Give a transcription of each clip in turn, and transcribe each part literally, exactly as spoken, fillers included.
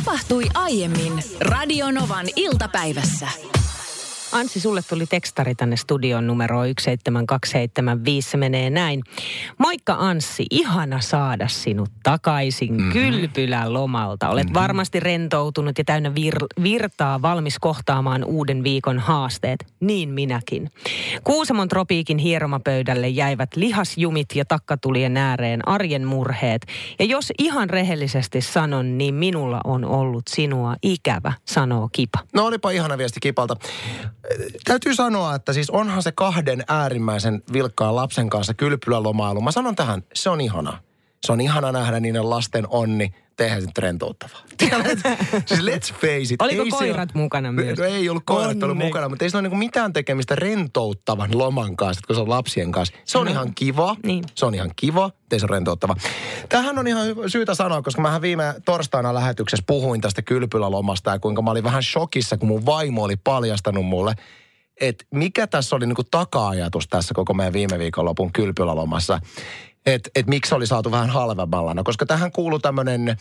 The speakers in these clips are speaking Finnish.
Tapahtui aiemmin Radionovan iltapäivässä. Anssi, sulle tuli tekstari tänne studion numero yksi seitsemän kaksi seitsemän viisi. Se menee näin. Moikka Anssi, ihana saada sinut takaisin mm-hmm. kylpylän lomalta. Olet mm-hmm. varmasti rentoutunut ja täynnä vir- virtaa, valmis kohtaamaan uuden viikon haasteet. Niin minäkin. Kuusamon tropiikin hieromapöydälle jäivät lihasjumit ja takkatulien ääreen arjen murheet. Ja jos ihan rehellisesti sanon, niin minulla on ollut sinua ikävä, sanoo Kipa. No olipa ihana viesti Kipalta. Täytyy sanoa, että siis onhan se kahden äärimmäisen vilkkaan lapsen kanssa kylpylälomailu. Mä sanon tähän, se on ihana. Se on ihana nähdä niiden lasten onni. Tehdään sen rentouttavaa. Siis let's face it. Oliko ei koirat ole, mukana myös? No ei ollut koirat ollut mukana, mutta ei sillä ole niin mitään tekemistä rentouttavan loman kanssa, kun se on lapsien kanssa. Se on no. ihan kiva. Niin. Se on ihan kiva, ei se on rentouttava. Tähän on ihan syytä sanoa, koska mähän viime torstaina lähetyksessä puhuin tästä kylpylälomasta ja kuinka mä olin vähän shokissa, kun mun vaimo oli paljastanut mulle, että mikä tässä oli niin kuin taka-ajatus tässä koko meidän viime viikonlopun kylpylälomassa. Että et miksi oli saatu vähän halvemmalla. No, koska tähän kuuluu tämmöinen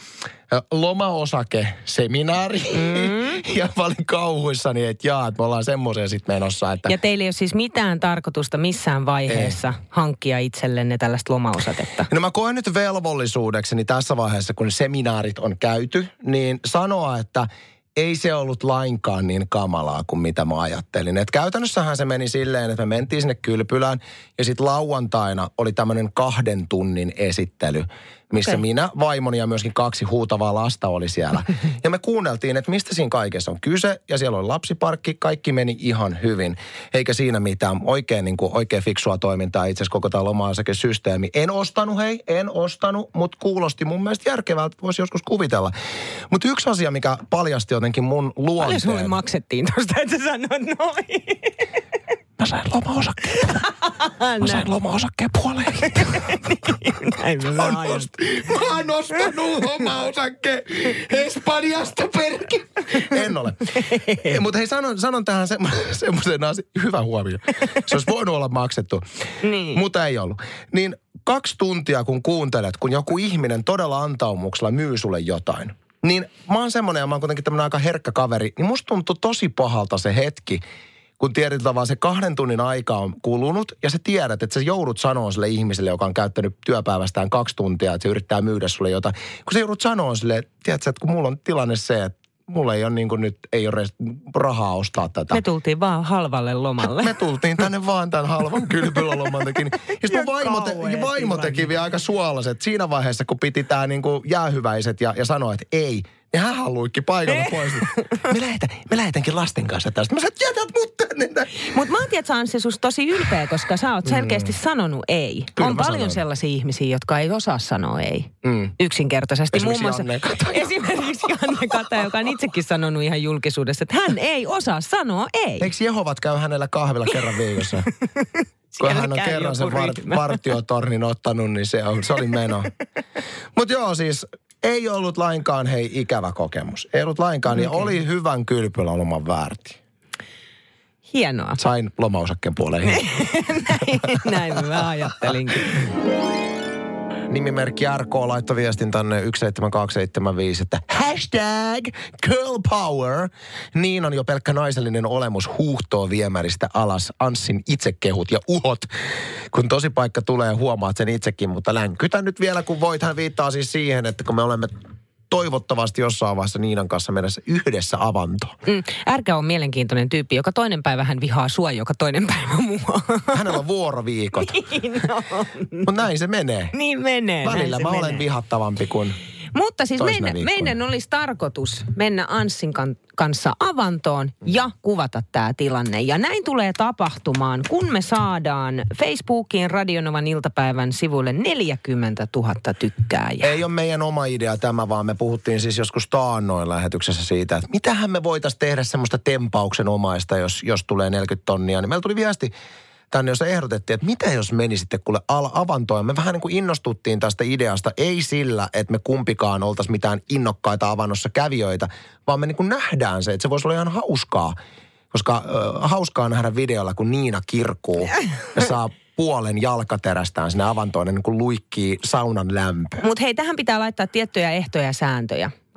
lomaosakeseminaari. Mm. Ja mä olin kauhuissani, että jaa, että me ollaan semmoisia sitten menossa. Että ja teillä ei ole siis mitään tarkoitusta missään vaiheessa ei. hankkia itsellenne tällaista lomaosatetta? No mä koen nyt velvollisuudekseni tässä vaiheessa, kun seminaarit on käyty, niin sanoa, että ei se ollut lainkaan niin kamalaa kuin mitä mä ajattelin. Et käytännössähän se meni silleen, että me mentiin sinne kylpylään ja sitten lauantaina oli tämmöinen kahden tunnin esittely, missä okay. minä, vaimoni ja myöskin kaksi huutavaa lasta oli siellä. Ja me kuunneltiin, että mistä siinä kaikessa on kyse ja siellä oli lapsiparkki, kaikki meni ihan hyvin. Eikä siinä mitään oikein, niin kuin, oikein fiksua toimintaa itse asiassa koko tämä loma-osakesysteemi. En ostanut, hei, en ostanut, mutta kuulosti mun mielestä järkevältä, voisi joskus kuvitella. Mutta yksi asia, mikä paljasti jotenkin mun luonteen. Paljon sulle maksettiin tuosta, että sä sanoit noin? Mä sain lomaosakkeen. Mä sain lomaosakkeen puoleen. Näin mä mä oon ostanut lomaosakkeen Espanjasta perkin. En ole. Mutta hei, sanon, sanon tähän semmoisen asian. Hyvä huomio. Se olisi voinut olla maksettu, niin. Mutta ei ollut. Niin kaksi tuntia kun kuuntelet, kun joku ihminen todella antaumuksella myy sulle jotain. Niin mä oon semmoinen ja mä oon kuitenkin tämmöinen aika herkkä kaveri. Niin musta tuntuu tosi pahalta se hetki, kun tiedetään vaan se kahden tunnin aika on kulunut ja sä tiedät, että sä joudut sanoa sille ihmiselle, joka on käyttänyt työpäivästään kaksi tuntia, että se yrittää myydä sulle jotain. Kun sä joudut sanoa sille, tiedätkö, että kun mulla on tilanne se, että mulla ei ole niin kuin nyt, ei ole rahaa ostaa tätä. Me tultiin vaan halvalle lomalle. Me tultiin tänne vaan tämän halvan kylpyläloman takia. Ja sitten vaimo, te, vaimo teki vielä aika suolaset siinä vaiheessa, kun piti tää niin kuin jäähyväiset ja, ja sanoi, että ei. Ja hän haluikin paikalla pois. Me, lähetän, me lähetänkin lasten kanssa tästä. Mä sanoin, että jätät mut tänne. Mutta mä tiedän, että Anssi, susta tosi ylpeä, koska sä oot selkeästi mm. sanonut ei. Kyllä on paljon sanon. Sellaisia ihmisiä, jotka ei osaa sanoa ei. Mm. Yksinkertaisesti. Esimerkiksi muun muassa, Janne Kata. Esimerkiksi Janne Kata, joka on itsekin sanonut ihan julkisuudessa, että hän ei osaa sanoa ei. Eikö Jehovat käy hänellä kahvilla kerran viikossa? Kun hän on kerran sen var- vartiotornin ottanut, niin se, on, se oli meno. Mutta joo, siis ei ollut lainkaan, hei, ikävä kokemus. Ei ollut lainkaan, okay. Ja oli hyvän kylpyläloman väärti. Hienoa. Sain lomaosakkeen puoleen. näin, näin mä ajattelinkin. Nimimerkki R K laittoi viestin tänne yksi seitsemän kaksi seitsemän viisi, että hashtag girl power. Niin on jo pelkkä naisellinen olemus huuhtoo viemäristä alas Anssin itsekehut ja uhot. Kun tosipaikka tulee, huomaat sen itsekin, mutta länkytä nyt vielä, kun voit. Hän viittaa siis siihen, että kun me olemme toivottavasti jossain vaiheessa Niinan kanssa mennessä yhdessä avantoon. Mm, Ärkä on mielenkiintoinen tyyppi, joka toinen päivä hän vihaa sua, joka toinen päivä mua. Hänellä on vuoroviikot. Niin on. Mutta näin se menee. Niin menee. Välillä mä menee. Olen vihattavampi kuin Mutta siis meidän, meidän olisi tarkoitus mennä Anssin kan, kanssa avantoon ja kuvata tämä tilanne. Ja näin tulee tapahtumaan, kun me saadaan Facebookiin Radionovan iltapäivän sivuille neljäkymmentätuhatta tykkääjää. Ei ole meidän oma idea tämä, vaan me puhuttiin siis joskus taannoin lähetyksessä siitä, että mitähän me voitaisiin tehdä semmoista tempauksen omaista, jos, jos tulee neljäkymmentä tonnia. Niin meillä tuli viesti tänne, jossa ehdotettiin, että mitä jos menisitte kuule avantoon. Me vähän niin kuin innostuttiin tästä ideasta, ei sillä, että me kumpikaan oltaisiin mitään innokkaita avannossa kävijöitä, vaan me niin kuin nähdään se, että se voisi olla ihan hauskaa. Koska äh, hauskaa nähdä videolla, kun Niina kirkuu ja saa puolen jalkaterästään sinne avantoon, niin kuin luikkii saunan lämpö. Mutta hei, tähän pitää laittaa tiettyjä ehtoja ja sääntöjä.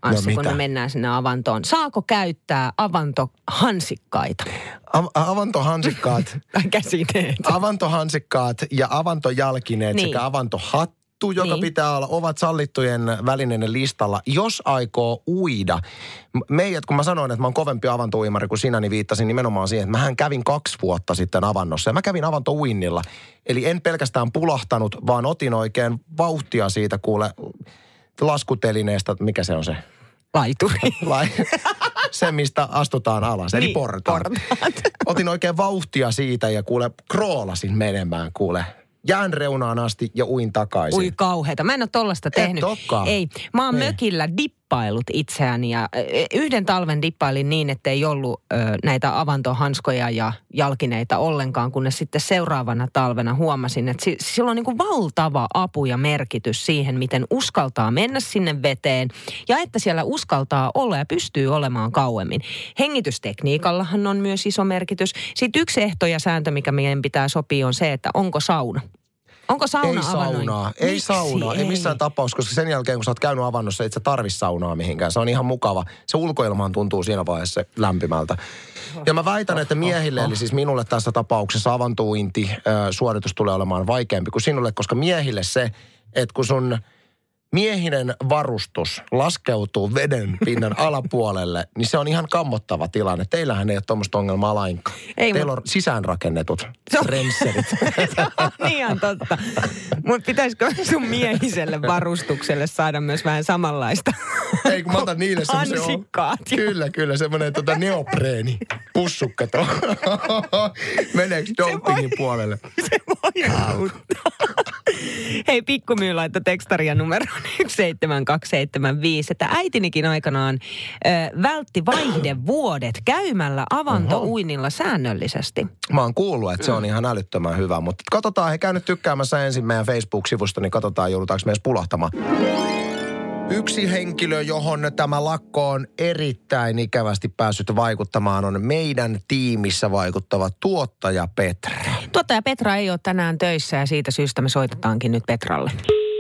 Anssi, No kun mitä? me mennään sinne avantoon. Saako käyttää avantohansikkaita? Av- avantohansikkaat, Tai käsineet? avantohansikkaat ja avantojalkineet Niin. sekä avantohattu, joka Niin. pitää olla, ovat sallittujen välineiden listalla, jos aikoo uida. M- Meidät, kun mä sanoin, että mä oon kovempi avantouimari kuin sinä, niin viittasin nimenomaan siihen, että mähän kävin kaksi vuotta sitten avannossa. Ja mä kävin avantouinnilla. Eli en pelkästään pulahtanut, vaan otin oikein vauhtia siitä, kuule, laskutelineestä, mikä se on se? Laituri. Lai, se, mistä astutaan alas, eli Niin, portaat. portaat. Otin oikein vauhtia siitä ja kuule, kroolasin menemään, kuule. Jään reunaan asti ja uin takaisin. Ui kauheeta. Mä en ole tollasta tehnyt. olekaan. Ei. Mä oon Niin. mökillä dippailut itseäni ja ö, yhden talven dippailin niin, että ei ollut ö, näitä avantohanskoja ja jalkineita ollenkaan, kunnes sitten seuraavana talvena huomasin, että si- sillä on niin kuin valtava apu ja merkitys siihen, miten uskaltaa mennä sinne veteen ja että siellä uskaltaa olla ja pystyy olemaan kauemmin. Hengitystekniikallahan on myös iso merkitys. Sitten yksi ehto ja sääntö, mikä meidän pitää sopia, on se, että onko sauna. Onko sauna Ei avannoin? saunaa, ei Miksi? saunaa, ei missään tapauksessa, koska sen jälkeen kun sä oot käynyt avannossa, et sä tarvi saunaa mihinkään. Se on ihan mukava. Se ulkoilmaan tuntuu siinä vaiheessa lämpimältä. Ja mä väitän, että miehille, eli siis minulle tässä tapauksessa avantouinti äh, suoritus tulee olemaan vaikeampi kuin sinulle, koska miehille se, että kun sun miehinen varustus laskeutuu veden pinnan alapuolelle, niin se on ihan kammottava tilanne. Teillähän ei ole tuommoista ongelmaa lainkaan. Ei, Teillä mut- on sisäänrakennetut Se on- rensserit. Se on ihan totta. Mutta pitäisikö sun miehiselle varustukselle saada myös vähän samanlaista? Ei, kun mä otan niille semmoisen... Hansikkaat. Kyllä, kyllä, semmoinen tota neopreeni pussukka tuo. Meneekö dopingin puolelle? Se voi auttaa. Hei, Pikkumyy laittoi tekstaria numeroon yksi seitsemän kaksi seitsemän viisi, että äitinikin aikanaan ö, vältti vaihdevuodet käymällä avantouinnilla säännöllisesti. Mä oon kuullut, että se on ihan älyttömän hyvä, mutta katsotaan, he käy nyt tykkäämässä ensin meidän Facebook-sivusta, niin katsotaan, joudutaanko me edes pulahtamaan. Yksi henkilö, johon tämä lakko on erittäin ikävästi päässyt vaikuttamaan, on meidän tiimissä vaikuttava tuottaja Petra. Tuottaja Petra ei ole tänään töissä ja siitä syystä me soitetaankin nyt Petralle.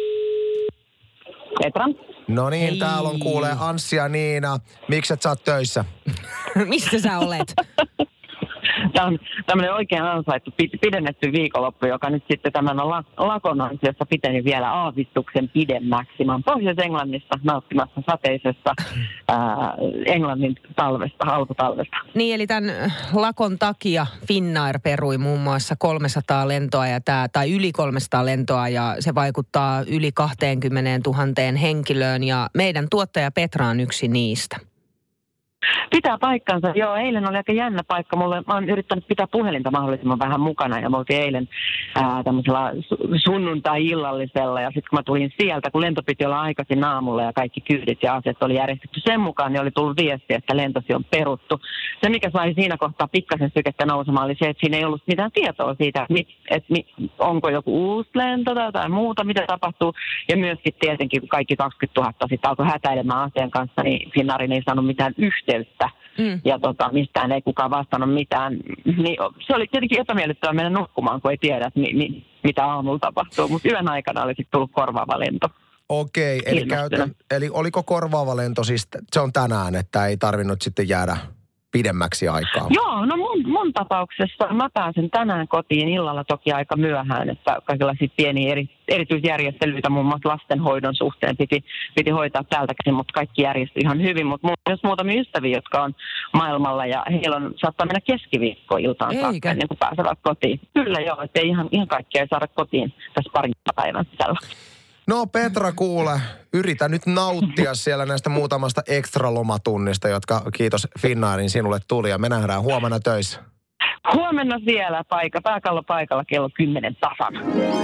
Petra. No niin, Hei. täällä on kuule Anssi ja Niina. Miksi et sä oot töissä? Missä sä olet? Tämä on tämmöinen oikein ansaittu pi- pidennetty viikonloppu, joka nyt sitten tämän la- lakon ansiosta piteni vielä aavistuksen pidemmäksi. Mä oon Pohjois-Englannissa nauttimassa sateisesta ää, Englannin talvesta, alkutalvesta. Niin, eli tämän lakon takia Finnair perui muun muassa kolmesataa lentoa ja tää, tai yli kolmesataa lentoa ja se vaikuttaa yli kaksikymmentätuhatta henkilöön ja meidän tuottaja Petra on yksi niistä. Pitää paikkansa. Joo, eilen oli aika jännä paikka. Mulle, mä oon yrittänyt pitää puhelinta mahdollisimman vähän mukana ja me oltiin eilen ää, tämmöisellä su- sunnuntai-illallisella ja sitten kun mä tulin sieltä, kun lento piti olla aikaisin aamulla ja kaikki kyydit ja asiat oli järjestetty sen mukaan, niin oli tullut viesti, että lentosi on peruttu. Se, mikä sai siinä kohtaa pikkasen sykettä nousemaan, oli se, että siinä ei ollut mitään tietoa siitä, että, mit, että mit, onko joku uusi lento tai jotain muuta, mitä tapahtuu. Ja myöskin tietenkin, kun kaikki kaksikymmentätuhatta sitten alkoi hätäilemään asian kanssa, niin Finnairin ei saanut mitään yhteyttä. Mm. Ja tota, mistään ei kukaan vastannut mitään. Niin se oli tietenkin epämiellyttävää mennä nukkumaan, kun ei tiedä, että mi, mi, mitä aamulla tapahtuu. Mutta yön aikana oli sitten tullut korvaava lento. Okei, eli, Ilmestynyt. käytän, eli oliko korvaava lento siis, se on tänään, että ei tarvinnut sitten jäädä pidemmäksi aikaa? Joo, no mun, mun tapauksessa mä pääsen tänään kotiin illalla toki aika myöhään, että kaikenlaisia pieniä eri, erityisjärjestelyitä muun muassa lastenhoidon suhteen piti, piti hoitaa täältä käsin, mutta kaikki järjestyi ihan hyvin. Mutta mulla on myös muutamia ystäviä, jotka on maailmalla ja heillä on, saattaa mennä keskiviikkoiltaan saakka ennen kuin pääsevät kotiin. Kyllä joo, että ihan, ihan kaikkia ei saada kotiin tässä parin päivän sisällä. No Petra, kuule, yritä nyt nauttia siellä näistä muutamasta ekstra lomatunnista, jotka kiitos Finnairin sinulle tuli ja me nähdään huomenna töissä. Huomenna siellä paikka, pääkallo paikalla kello kymmenen tasan.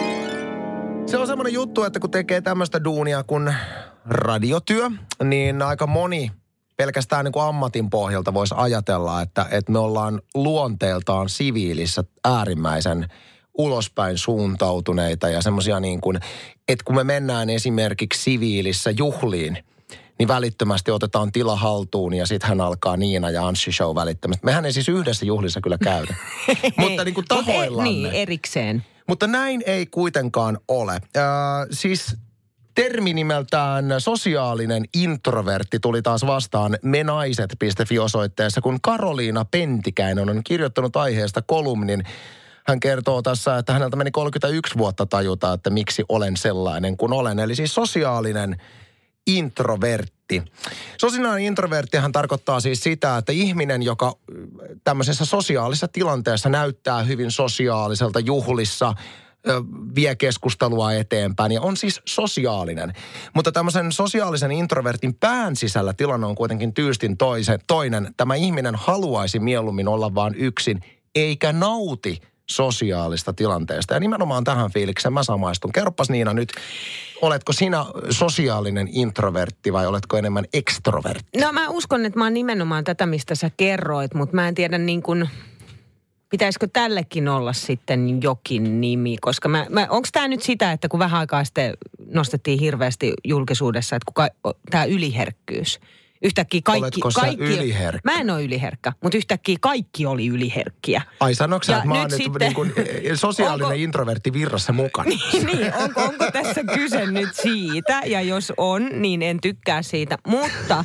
Se on semmoinen juttu, että kun tekee tämmöistä duunia kuin radiotyö, niin aika moni pelkästään niin kuin ammatin pohjalta voisi ajatella, että, että me ollaan luonteeltaan siviilissä äärimmäisen ulospäin suuntautuneita ja semmoisia niin kuin, että kun me mennään esimerkiksi siviilissä juhliin, niin välittömästi otetaan tila haltuun ja sittenhän alkaa Niina ja Anssi show välittömästi. Mehän ei siis yhdessä juhlissa kyllä käydä, mutta niin kuin tahoillamme. Niin, erikseen. Mutta näin ei kuitenkaan ole. Äh, siis Termi nimeltään sosiaalinen introvertti tuli taas vastaan menaiset piste fi-osoitteessa, kun Karoliina Pentikäinen on kirjoittanut aiheesta kolumnin. Hän kertoo tässä, että häneltä meni kolmekymmentäyksi vuotta tajuta, että miksi olen sellainen kuin olen. Eli siis sosiaalinen introvertti. Sosiaalinen introverttihan tarkoittaa siis sitä, että ihminen, joka tämmöisessä sosiaalisessa tilanteessa näyttää hyvin sosiaaliselta juhlissa, vie keskustelua eteenpäin ja on siis sosiaalinen. Mutta tämmöisen sosiaalisen introvertin pään sisällä tilanne on kuitenkin tyystin toisen, toinen. Tämä ihminen haluaisi mieluummin olla vaan yksin, eikä nauti sosiaalista tilanteesta. Ja nimenomaan tähän fiilikseen mä samaistun. Kerropas Niina nyt, oletko sinä sosiaalinen introvertti vai oletko enemmän ekstrovertti? No mä uskon, että mä oon nimenomaan tätä, mistä sä kerroit, mutta mä en tiedä niin kuin, pitäisikö tällekin olla sitten jokin nimi, koska mä, mä, onko tämä nyt sitä, että kun vähän aikaa sitten nostettiin hirveästi julkisuudessa, että kuka, tämä yliherkkyys. Yhtäkkiä kaikki... Oletko sä kaikki, yliherkkä? Mä en ole yliherkkä, mutta yhtäkkiä kaikki oli yliherkkiä. Ai sanoiko sä, että mä oon nyt nyt sitten, niin kuin sosiaalinen onko, introvertti virrassa mukana? Niin, niin onko, onko tässä kyse nyt siitä? Ja jos on, niin en tykkää siitä, mutta...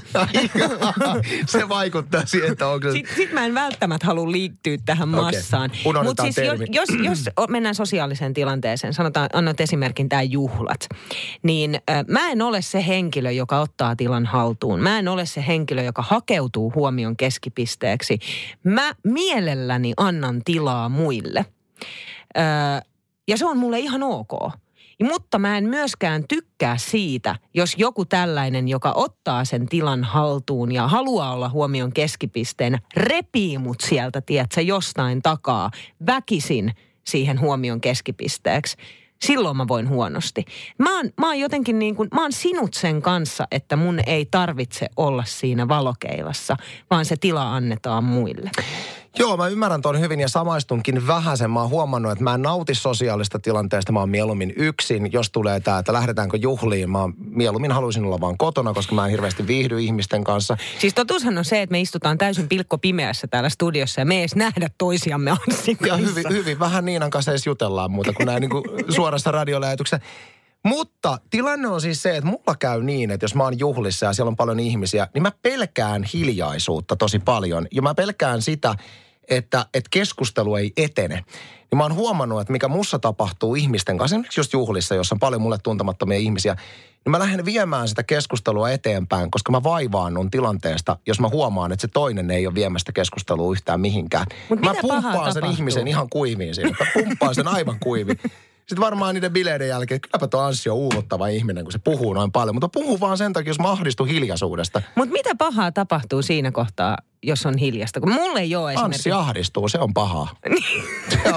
Se vaikuttaa siihen, että onko se... Sitten sit mä en välttämättä halua liittyä tähän massaan. Okay. Mutta siis jos, jos, jos mennään sosiaaliseen tilanteeseen, sanotaan, annoit esimerkin tämä juhlat, niin äh, mä en ole se henkilö, joka ottaa tilan haltuun. Mä en ole se henkilö, joka hakeutuu huomion keskipisteeksi. Mä mielelläni annan tilaa muille. Öö, ja se on mulle ihan ok. Mutta mä en myöskään tykkää siitä, jos joku tällainen, joka ottaa sen tilan haltuun ja haluaa olla huomion keskipisteenä, repii mut sieltä, tiedätkö, jostain takaa väkisin siihen huomion keskipisteeksi. Silloin mä voin huonosti. Mä oon, mä oon jotenkin niin kuin, mä oon sinut sen kanssa, että mun ei tarvitse olla siinä valokeilassa, vaan se tila annetaan muille. Joo, mä ymmärrän ton hyvin ja samaistunkin vähäsen. Mä oon huomannut, että mä en nauti sosiaalista tilanteesta. Mä oon mieluummin yksin. Jos tulee tää, että lähdetäänkö juhliin, mä oon mieluummin haluaisin olla vaan kotona, koska mä en hirveästi viihdy ihmisten kanssa. Siis totuushan on se, että me istutaan täysin pilkko pimeässä täällä studiossa ja me ei edes nähdä toisiamme Anssin kanssa. Ja hyvin, hyvin vähän Niinan kanssa edes jutellaan muuta kuin näin niin kuin suorassa radiolähetyksessä. Mutta tilanne on siis se, että mulla käy niin, että jos mä oon juhlissa ja siellä on paljon ihmisiä, niin mä pelkään hiljaisuutta tosi paljon. Ja mä pelkään sitä, että, että keskustelu ei etene. Niin mä oon huomannut, että mikä mussa tapahtuu ihmisten kanssa, esimerkiksi just juhlissa, jossa on paljon mulle tuntemattomia ihmisiä, niin mä lähden viemään sitä keskustelua eteenpäin, koska mä vaivaannun tilanteesta, jos mä huomaan, että se toinen ei ole viemästä keskustelua yhtään mihinkään. Mut mä pumppaan sen ihmisen ihan kuiviin siinä. Mä pumppaan sen aivan kuiviin. Sitten varmaan niiden bileiden jälkeen, että kylläpä tuo Anssi on uuvuttava ihminen, kun se puhuu noin paljon. Mutta puhuu vaan sen takia, jos mä ahdistun hiljaisuudesta. Mutta mitä pahaa tapahtuu siinä kohtaa, jos on hiljasta? Kun mulle ei ole esimerkiksi... Anssi ahdistuu, se on pahaa. se, on,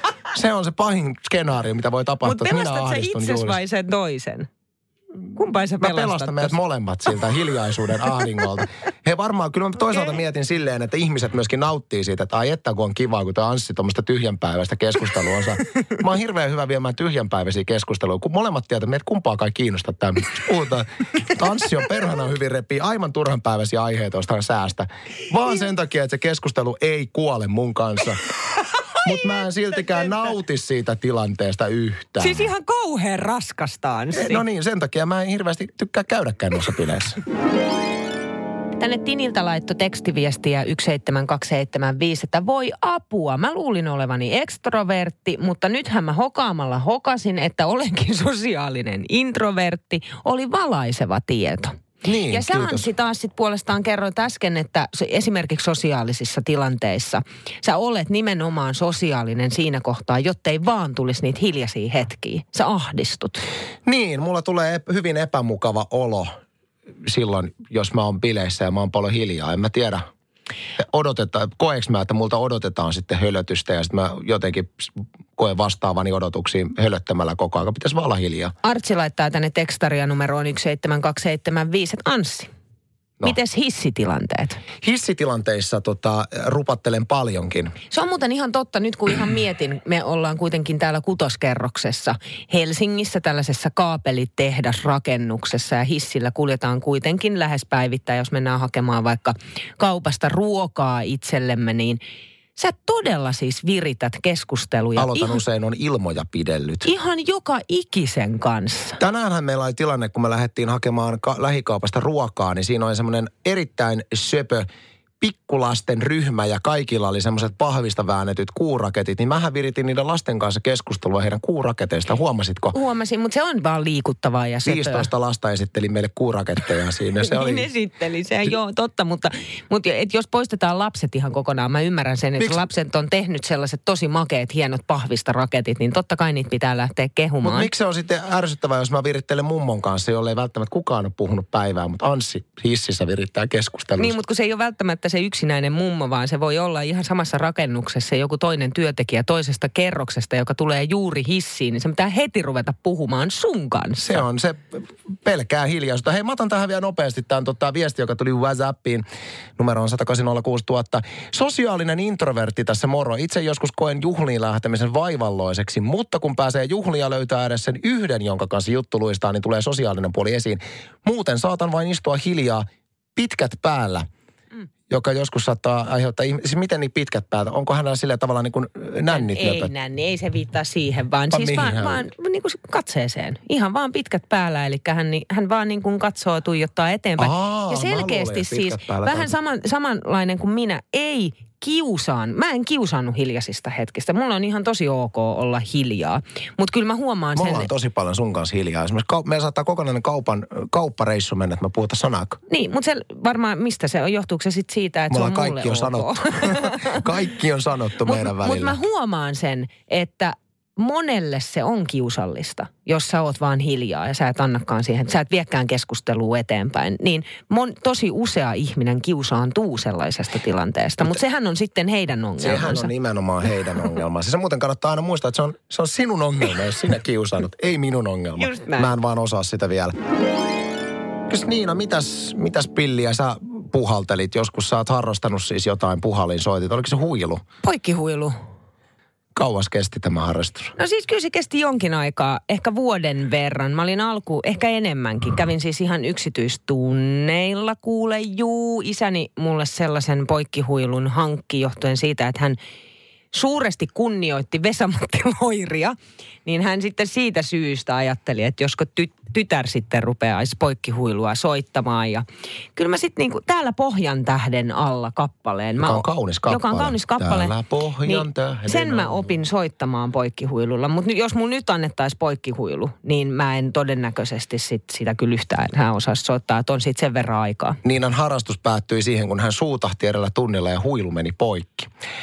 se on se pahin skenaario, mitä voi tapahtua. Mutta pelastat sä itses vai sen toisen? Kumpaan sä pelastat? Mä pelastan meidät molemmat siltä hiljaisuuden ahdingolta. He varmaan, kyllä mä toisaalta okay. mietin silleen, että ihmiset myöskin nauttii siitä, että ai että kun on kivaa, kun tuo Anssi tuommoista tyhjänpäiväistä keskustelua osaa. Mä oon hirveän hyvä viemään tyhjänpäiväisiä keskusteluja, kun molemmat tietää, että meitä kumpaakaan ei kiinnosta tämä. Puhutaan, Anssi on perhana hyvin repii aivan turhanpäiväisiä aiheita jostain säästä. Vaan sen takia, että se keskustelu ei kuole mun kanssa. Mutta mä en siltikään nauti siitä tilanteesta yhtään. Siis ihan kauhean raskasta, Anssi. No niin, sen takia mä en hirveästi tykkää käydäkään noissa bileissä. Tänne Tiniltä laittoi tekstiviestiä yksi seitsemän kaksi seitsemän viisi, että voi apua. Mä luulin olevani ekstrovertti, mutta nythän mä hokaamalla hokasin, että olenkin sosiaalinen introvertti. Oli valaiseva tieto. Niin, ja sä Anssi taas sit puolestaan kerroit äsken, että esimerkiksi sosiaalisissa tilanteissa sä olet nimenomaan sosiaalinen siinä kohtaa, jottei vaan tulisi niitä hiljaisia hetkiä. Sä ahdistut. Niin, mulla tulee hyvin epämukava olo silloin, jos mä oon bileissä ja mä oon paljon hiljaa. En mä tiedä, odotetaan, koeks mä, että multa odotetaan sitten hölötystä ja sitten mä jotenkin koen vastaavani odotuksiin hölöttämällä koko ajan. Pitäisi vaan olla hiljaa. Artsi laittaa tänne tekstaria numeroon yksi seitsemän kaksi seitsemän viisi, että Anssi, no. Mites hissitilanteet? Hissitilanteissa tota, rupattelen paljonkin. Se on muuten ihan totta. Nyt kun ihan mietin, me ollaan kuitenkin täällä kutoskerroksessa Helsingissä tällaisessa kaapelitehdasrakennuksessa ja hissillä kuljetaan kuitenkin lähes päivittäin, jos mennään hakemaan vaikka kaupasta ruokaa itsellemme, niin Sä todella siis virität keskusteluja. Aloitan ihan, usein on ilmoja pidellyt. Ihan joka ikisen kanssa. Tänäänhän meillä oli tilanne, kun me lähdettiin hakemaan ka- lähikaupasta ruokaa, niin siinä oli semmoinen erittäin söpö pikkulasten ryhmä ja kaikilla oli semmoiset pahvista väännetyt kuuraketit, niin mähän viritin niiden lasten kanssa keskustelua heidän kuuraketeista. Huomasitko? Huomasin, mutta se on vaan liikuttavaa ja söpöä. viisitoista lasta esitteli meille kuuraketteja siinä. Se oli... niin esitteli, se on joo totta, mutta, mutta et jos poistetaan lapset ihan kokonaan, mä ymmärrän sen, että Miks? lapset on tehnyt sellaiset tosi makeat, hienot pahvista raketit, niin totta kai niitä pitää lähteä kehumaan. Mutta miksi se on sitten ärsyttävää, jos mä virittelen mummon kanssa, jolle ei välttämättä kukaan ole puhunut päivää, mutta Anssi hississä virittää keskustelussa. Niin, mutta kun se ei ole välttämättä se yksinäinen mummo, vaan se voi olla ihan samassa rakennuksessa joku toinen työntekijä toisesta kerroksesta, joka tulee juuri hissiin, niin se pitää heti ruveta puhumaan sun kanssa. Se on se pelkää hiljaisuutta. Hei, mä otan tähän vielä nopeasti tämän tota, viesti, joka tuli WhatsAppiin. Numero on sata kahdeksan nolla kuusi nolla nolla nolla. Sosiaalinen introvertti tässä moro. Itse joskus koen juhliin lähtemisen vaivalloiseksi, mutta kun pääsee juhliin ja löytää edes sen yhden, jonka kanssa juttu luistaa, niin tulee sosiaalinen puoli esiin. Muuten saatan vain istua hiljaa pitkät päällä. Mm. Joka joskus saattaa aiheuttaa, siis miten niin pitkät päät, onko hänellä sillä tavalla niin kuin nännit Ei löpöt? nänni, ei se viittaa siihen, vaan Va, siis vaan, hän... vaan niin kuin katseeseen. Ihan vaan pitkät päällä, eli hän, hän vaan niin kuin katsoo, tuijottaa eteenpäin. Aa, ja selkeästi siis vähän saman, samanlainen kuin minä, ei kiusaan. Mä en kiusannut hiljaisista hetkistä. Mulla on ihan tosi ok olla hiljaa. Mutta kyllä mä huomaan Me sen... ollaan tosi paljon sun kanssa hiljaa. Esimerkiksi kau- meillä saattaa kokonainen kaupan, kauppareissu mennä, että me puhutaan sanaakaan. Niin, mutta se varmaan, mistä se on? Johtuuko se sitten siitä, että Mulla se on mulle kaikki on ok? sanottu. Kaikki on sanottu mut, meidän välillä. Mutta mä huomaan sen, että monelle se on kiusallista, jos sä oot vaan hiljaa ja sä et annakaan siihen, sä et viekään keskustelua eteenpäin. Niin mon, tosi usea ihminen kiusaantuu sellaisesta tilanteesta, mutta sehän on sitten heidän ongelmansa. Sehän on nimenomaan heidän ongelmansa. Se muuten kannattaa aina muistaa, että se on, se on sinun ongelma, jos sinä kiusannut, ei minun ongelma. Just näin. Mä en vaan osaa sitä vielä. Kys Niina, mitäs, mitäs pilliä sä puhaltelit? Joskus sä oot harrastanut siis jotain puhallinsoitit. Oliko se huilu? Poikkihuilu. Kauas kesti tämä harrastus? No siis kyllä se kesti jonkin aikaa, ehkä vuoden verran. Mä olin alku, ehkä enemmänkin. Kävin siis ihan yksityistunneilla, kuule, juu. Isäni mulle sellaisen poikkihuilun hankki johtuen siitä, että hän suuresti kunnioitti Vesa-Matti Loiria, niin hän sitten siitä syystä ajatteli, että josko ty- tytär sitten rupeaisi poikkihuilua soittamaan. Ja kyllä mä sitten niinku täällä Pohjan tähden alla kappaleen. Joka mä on kaunis kappale. Joka on kaunis kappale. Täällä Pohjan niin tähden sen mä alla. opin soittamaan poikkihuilulla. Mutta jos mun nyt annettaisiin poikkihuilu, niin mä en todennäköisesti sit sitä kyllä yhtään hän osaisi soittaa. Että on siitä sen verran aikaa. Niinan harrastus päättyi siihen, kun hän suutahti edellä tunnilla ja huilu meni poikki.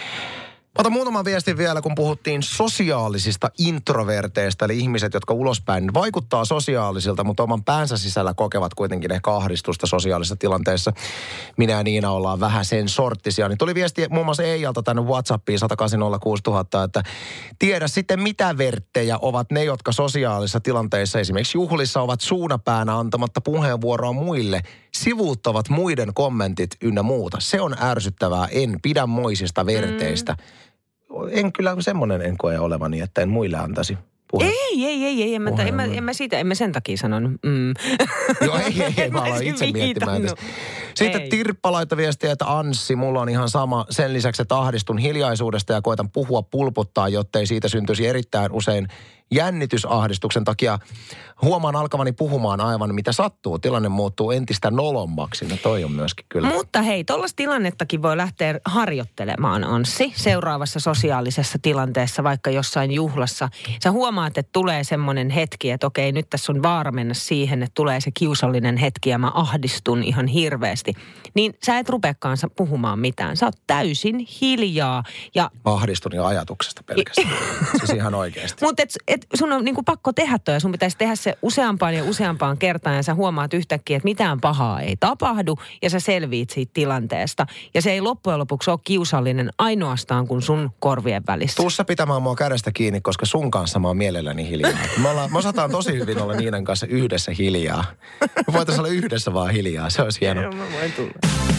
Ota muutaman viestin vielä, kun puhuttiin sosiaalisista introverteista, eli ihmiset, jotka ulospäin vaikuttaa sosiaalisilta, mutta oman päänsä sisällä kokevat kuitenkin ehkä ahdistusta sosiaalisessa tilanteessa. Minä ja Niina ollaan vähän sen sorttisia. Niin tuli viesti muun muassa Eijalta tänne WhatsAppiin sata kahdeksan nolla kuusi nolla nolla nolla, että tiedä sitten mitä verttejä ovat ne, jotka sosiaalisissa tilanteissa, esimerkiksi juhlissa, ovat suunapäänä antamatta puheenvuoroa muille, sivuuttavat muiden kommentit ynnä muuta. Se on ärsyttävää, en pidä moisista verteistä. Mm. En kyllä semmoinen en koe olevani, että en muille antaisi puhe. Ei, ei, ei, ei. En mä, en mä, en mä siitä, en mä sen takia sanonut. Mm. Joo, ei, ei, ei. Mä aloin itse miettimään tästä. Sitten ei. Tirppa laittoi viestiä, että Anssi, mulla on ihan sama. Sen lisäksi, että ahdistun hiljaisuudesta ja koitan puhua pulputtaa, jottei siitä syntyisi erittäin usein jännitysahdistuksen takia. Huomaan alkavani puhumaan aivan mitä sattuu. Tilanne muuttuu entistä nolommaksi. No toi on myöskin kyllä. Mutta hei, tuollaista tilannettakin voi lähteä harjoittelemaan, Anssi, seuraavassa sosiaalisessa tilanteessa, vaikka jossain juhlassa. Sä huomaat, että tulee semmoinen hetki, että okei, nyt tässä on vaara mennä siihen, että tulee se kiusallinen hetki ja mä ahdistun ihan hirveästi. Niin sä et rupeakaan puhumaan mitään. Sä oot täysin hiljaa. Ja ahdistun jo ajatuksesta pelkästään. Siis ihan oikeasti. Mutta et, et sun on niinku pakko tehdä toi ja sun pitäisi tehdä se useampaan ja useampaan kertaan ja sä huomaat yhtäkkiä, että mitään pahaa ei tapahdu ja sä selviit siitä tilanteesta. Ja se ei loppujen lopuksi ole kiusallinen ainoastaan kuin sun korvien välissä. Tuussa pitämään mua kädestä kiinni, koska sun kanssa mä oon mielelläni hiljaa. Me, ollaan, me osataan tosi hyvin olla Niinan kanssa yhdessä hiljaa. Me voitaisiin olla yhdessä vaan hiljaa, se olisi hienoa. Joo, mä voin tulla.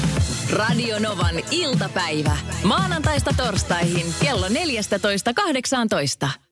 Radio Novan iltapäivä. Maanantaista torstaihin kello neljätoista kahdeksantoista.